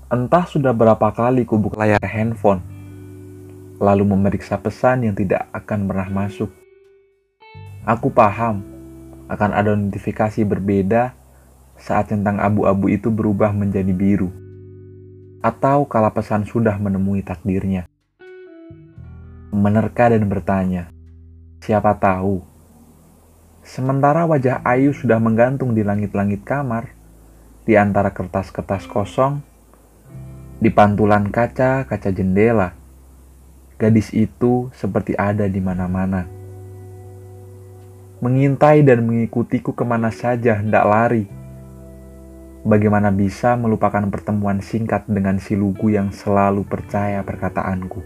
Entah sudah berapa kali kubuk layar handphone, lalu memeriksa pesan yang tidak akan pernah masuk. Aku paham akan ada notifikasi berbeda saat centang abu-abu itu berubah menjadi biru, atau kala pesan sudah menemui takdirnya. Menerka dan bertanya, siapa tahu. Sementara wajah Ayu sudah menggantung di langit-langit kamar, di antara kertas-kertas kosong, di pantulan kaca-kaca jendela. Gadis itu seperti ada di mana-mana. Mengintai dan mengikutiku kemana saja hendak lari. Bagaimana bisa melupakan pertemuan singkat dengan si lugu yang selalu percaya perkataanku.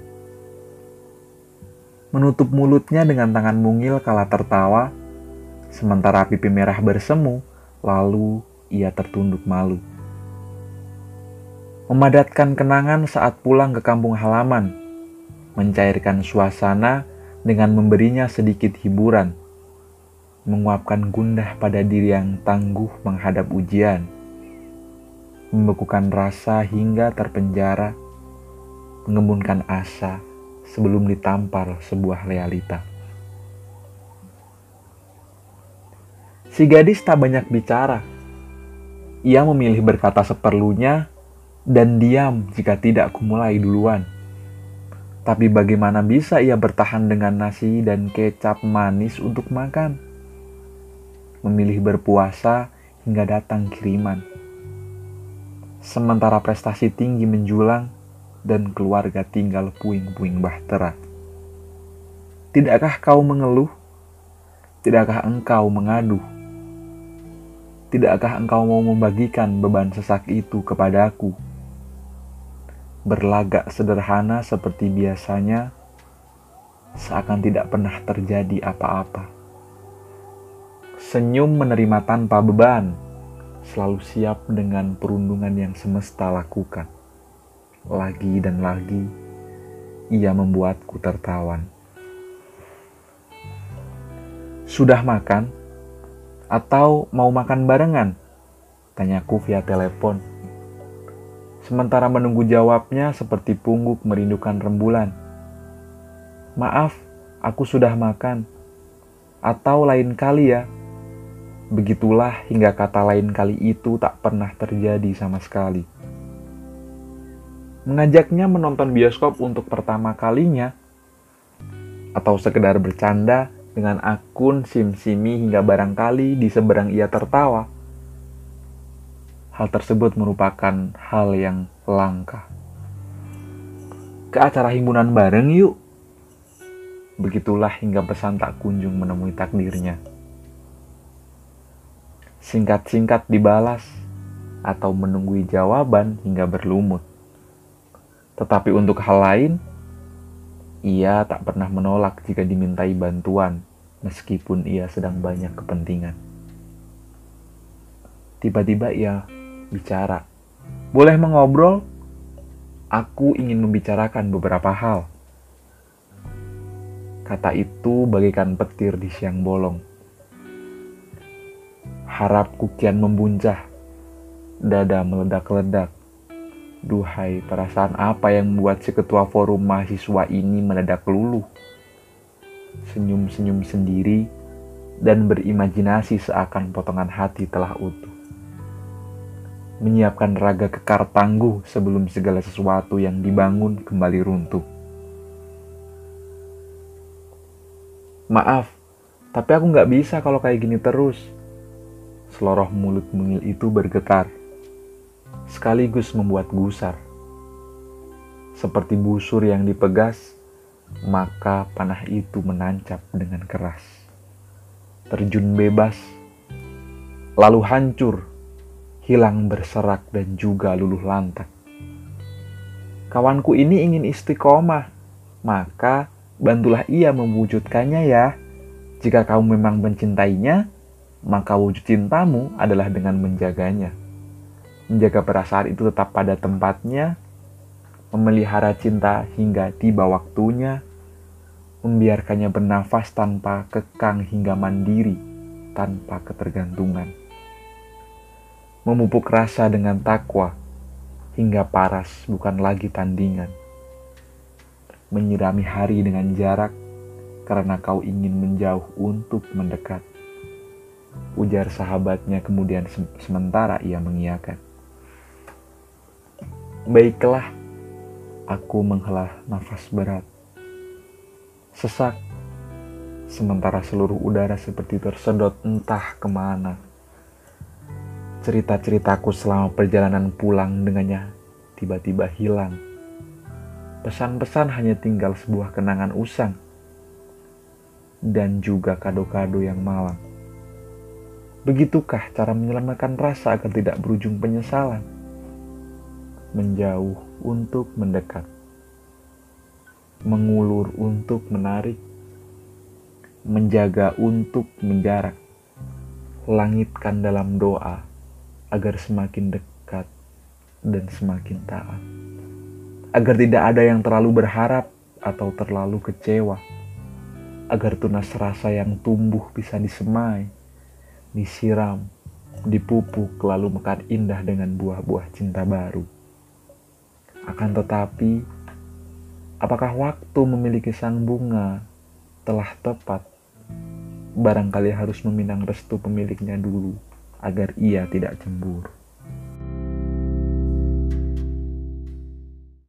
Menutup mulutnya dengan tangan mungil kala tertawa, sementara pipi merah bersemu, lalu ia tertunduk malu. Memadatkan kenangan saat pulang ke kampung halaman, mencairkan suasana dengan memberinya sedikit hiburan, menguapkan gundah pada diri yang tangguh menghadap ujian, membekukan rasa hingga terpenjara, mengembunkan asa sebelum ditampar sebuah realita. Si gadis tak banyak bicara. Ia memilih berkata seperlunya dan diam jika tidak kumulai duluan. Tapi bagaimana bisa ia bertahan dengan nasi dan kecap manis untuk makan? Memilih berpuasa hingga datang kiriman. Sementara prestasi tinggi menjulang dan keluarga tinggal puing-puing bahtera. Tidakkah kau mengeluh? Tidakkah engkau mengadu? Tidakkah engkau mau membagikan beban sesak itu kepadaku? Berlagak sederhana seperti biasanya, seakan tidak pernah terjadi apa-apa. Senyum menerima tanpa beban, selalu siap dengan perundungan yang semesta lakukan. Lagi dan lagi, ia membuatku tertawan. Sudah makan? Atau mau makan barengan? Tanyaku via telepon. Sementara menunggu jawabnya seperti pungguk merindukan rembulan. Maaf, aku sudah makan. Atau lain kali ya. Begitulah hingga kata lain kali itu tak pernah terjadi sama sekali. Mengajaknya menonton bioskop untuk pertama kalinya, atau sekedar bercanda dengan akun simsimi hingga barangkali di seberang ia tertawa. Hal tersebut merupakan hal yang langka. Ke acara himpunan bareng yuk. Begitulah hingga pesan tak kunjung menemui takdirnya. Singkat-singkat dibalas atau menunggui jawaban hingga berlumut. Tetapi untuk hal lain, ia tak pernah menolak jika dimintai bantuan, meskipun ia sedang banyak kepentingan. Tiba-tiba ia bicara, "Boleh mengobrol? Aku ingin membicarakan beberapa hal." Kata itu bagaikan petir di siang bolong. Harapku kian membuncah, dada meledak-ledak. Duhai, perasaan apa yang membuat si ketua forum mahasiswa ini mendadak luluh? Senyum-senyum sendiri dan berimajinasi seakan potongan hati telah utuh. Menyiapkan raga kekar tangguh sebelum segala sesuatu yang dibangun kembali runtuh. Maaf, tapi aku nggak bisa kalau kayak gini terus. Seloroh mulut mungil itu bergetar, sekaligus membuat gusar. Seperti busur yang dipegas, maka panah itu menancap dengan keras. Terjun bebas, lalu hancur, hilang berserak dan juga luluh lantak. Kawanku ini ingin istiqomah, maka bantulah ia mewujudkannya ya. Jika kamu memang mencintainya, maka wujud cintamu adalah dengan menjaganya. Menjaga perasaan itu tetap pada tempatnya, memelihara cinta hingga tiba waktunya, membiarkannya bernafas tanpa kekang hingga mandiri, tanpa ketergantungan. Memupuk rasa dengan takwa, hingga paras bukan lagi tandingan. Menyirami hari dengan jarak karena kau ingin menjauh untuk mendekat. Ujar sahabatnya, kemudian sementara ia mengiyakan. Baiklah, aku menghela nafas berat. Sesak, sementara seluruh udara seperti tersedot entah kemana. Cerita-ceritaku selama perjalanan pulang dengannya tiba-tiba hilang. Pesan-pesan hanya tinggal sebuah kenangan usang dan juga kado-kado yang malang. Begitukah cara menyelamatkan rasa agar tidak berujung penyesalan? Menjauh untuk mendekat, mengulur untuk menarik, menjaga untuk menjarak, langitkan dalam doa agar semakin dekat dan semakin taat, agar tidak ada yang terlalu berharap atau terlalu kecewa, agar tunas rasa yang tumbuh bisa disemai, disiram, dipupuk, lalu mekar indah dengan buah-buah cinta baru. Akan tetapi, apakah waktu memiliki sang bunga telah tepat? Barangkali harus meminang restu pemiliknya dulu agar ia tidak cemburu.